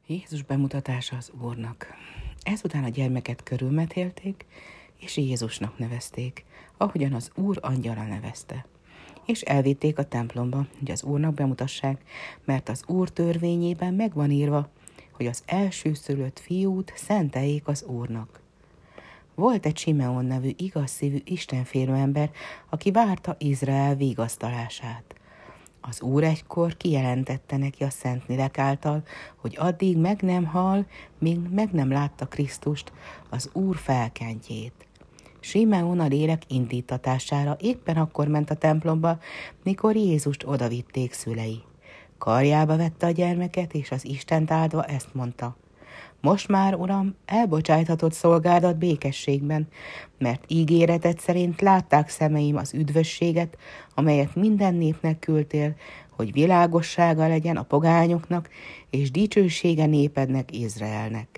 Jézus bemutatása az Úrnak. Ezután a gyermeket körülmetélték, és Jézusnak nevezték, ahogyan az Úr angyala nevezte. És elvitték a templomba, hogy az Úrnak bemutassák, mert az Úr törvényében megvan írva, hogy az elsőszülött fiút szenteljék az Úrnak. Volt egy Simeon nevű igaz szívű istenfélő ember, aki várta Izrael vigasztalását. Az Úr egykor kijelentette neki a Szentlélek által, hogy addig meg nem hal, míg meg nem látta Krisztust, az Úr felkentjét. Simeon a lélek indítatására éppen akkor ment a templomba, mikor Jézust odavitték szülei. Karjába vette a gyermeket, és az Istent áldva ezt mondta: most már, Uram, elbocsájthatod szolgádat békességben, mert ígéreted szerint látták szemeim az üdvösséget, amelyet minden népnek küldtél, hogy világossága legyen a pogányoknak, és dicsősége népednek, Izraelnek.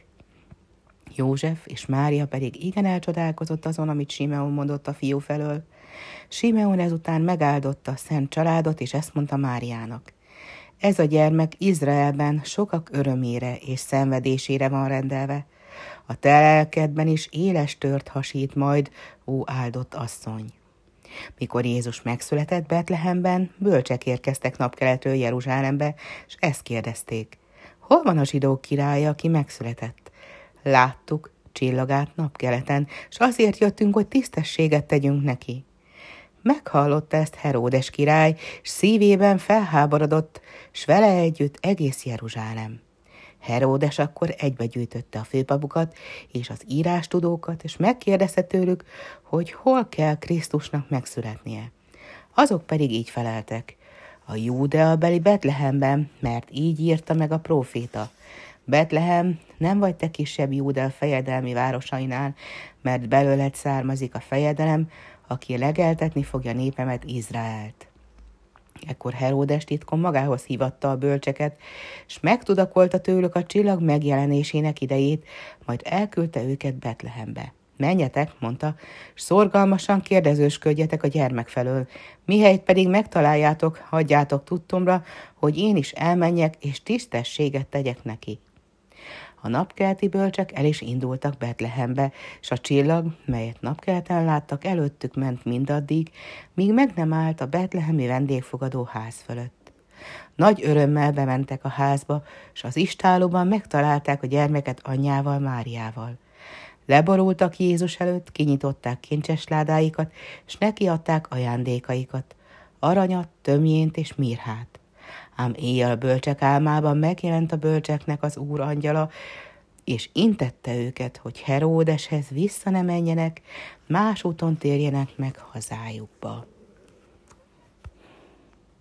József és Mária pedig igen elcsodálkozott azon, amit Simeon mondott a fiú felől. Simeon ezután megáldotta a szent családot, és ezt mondta Máriának: ez a gyermek Izraelben sokak örömére és szenvedésére van rendelve. A te lelkedben is éles tört hasít majd, ó áldott asszony. Mikor Jézus megszületett Betlehemben, bölcsek érkeztek napkeletről Jeruzsálembe, és ezt kérdezték: hol van a zsidók királya, aki megszületett? Láttuk csillagát napkeleten, és azért jöttünk, hogy tisztességet tegyünk neki. Meghallotta ezt Heródes király, s szívében felháborodott, s vele együtt egész Jeruzsálem. Heródes akkor egybegyűjtötte a főpapukat és az írástudókat, és megkérdezte tőlük, hogy hol kell Krisztusnak megszületnie. Azok pedig így feleltek: a Júdeabeli Betlehemben, mert így írta meg a próféta. Betlehem, nem vagy te kisebb Júdea fejedelmi városainál, mert belőled származik a fejedelem, aki legeltetni fogja népemet, Izraelt. Ekkor Heródes titkon magához hívatta a bölcseket, s megtudakolta tőlük a csillag megjelenésének idejét, majd elküldte őket Betlehembe. Menjetek, mondta, s szorgalmasan kérdezősködjetek a gyermek felől, mihelyt pedig megtaláljátok, hagyjátok tudtomra, hogy én is elmenjek, és tisztességet tegyek neki. A napkelti bölcsek el is indultak Betlehembe, s a csillag, melyet napkelten láttak, előttük ment mindaddig, míg meg nem állt a betlehemi vendégfogadó ház fölött. Nagy örömmel bementek a házba, s az istállóban megtalálták a gyermeket anyjával, Máriával. Leborultak Jézus előtt, kinyitották kincses ládáikat, s nekiadták ajándékaikat, aranyat, tömjént és mirhát. Ám éjjel a bölcsek álmában megjelent a bölcseknek az Úr angyala, és intette őket, hogy Heródeshez vissza ne menjenek, más úton térjenek meg hazájukba.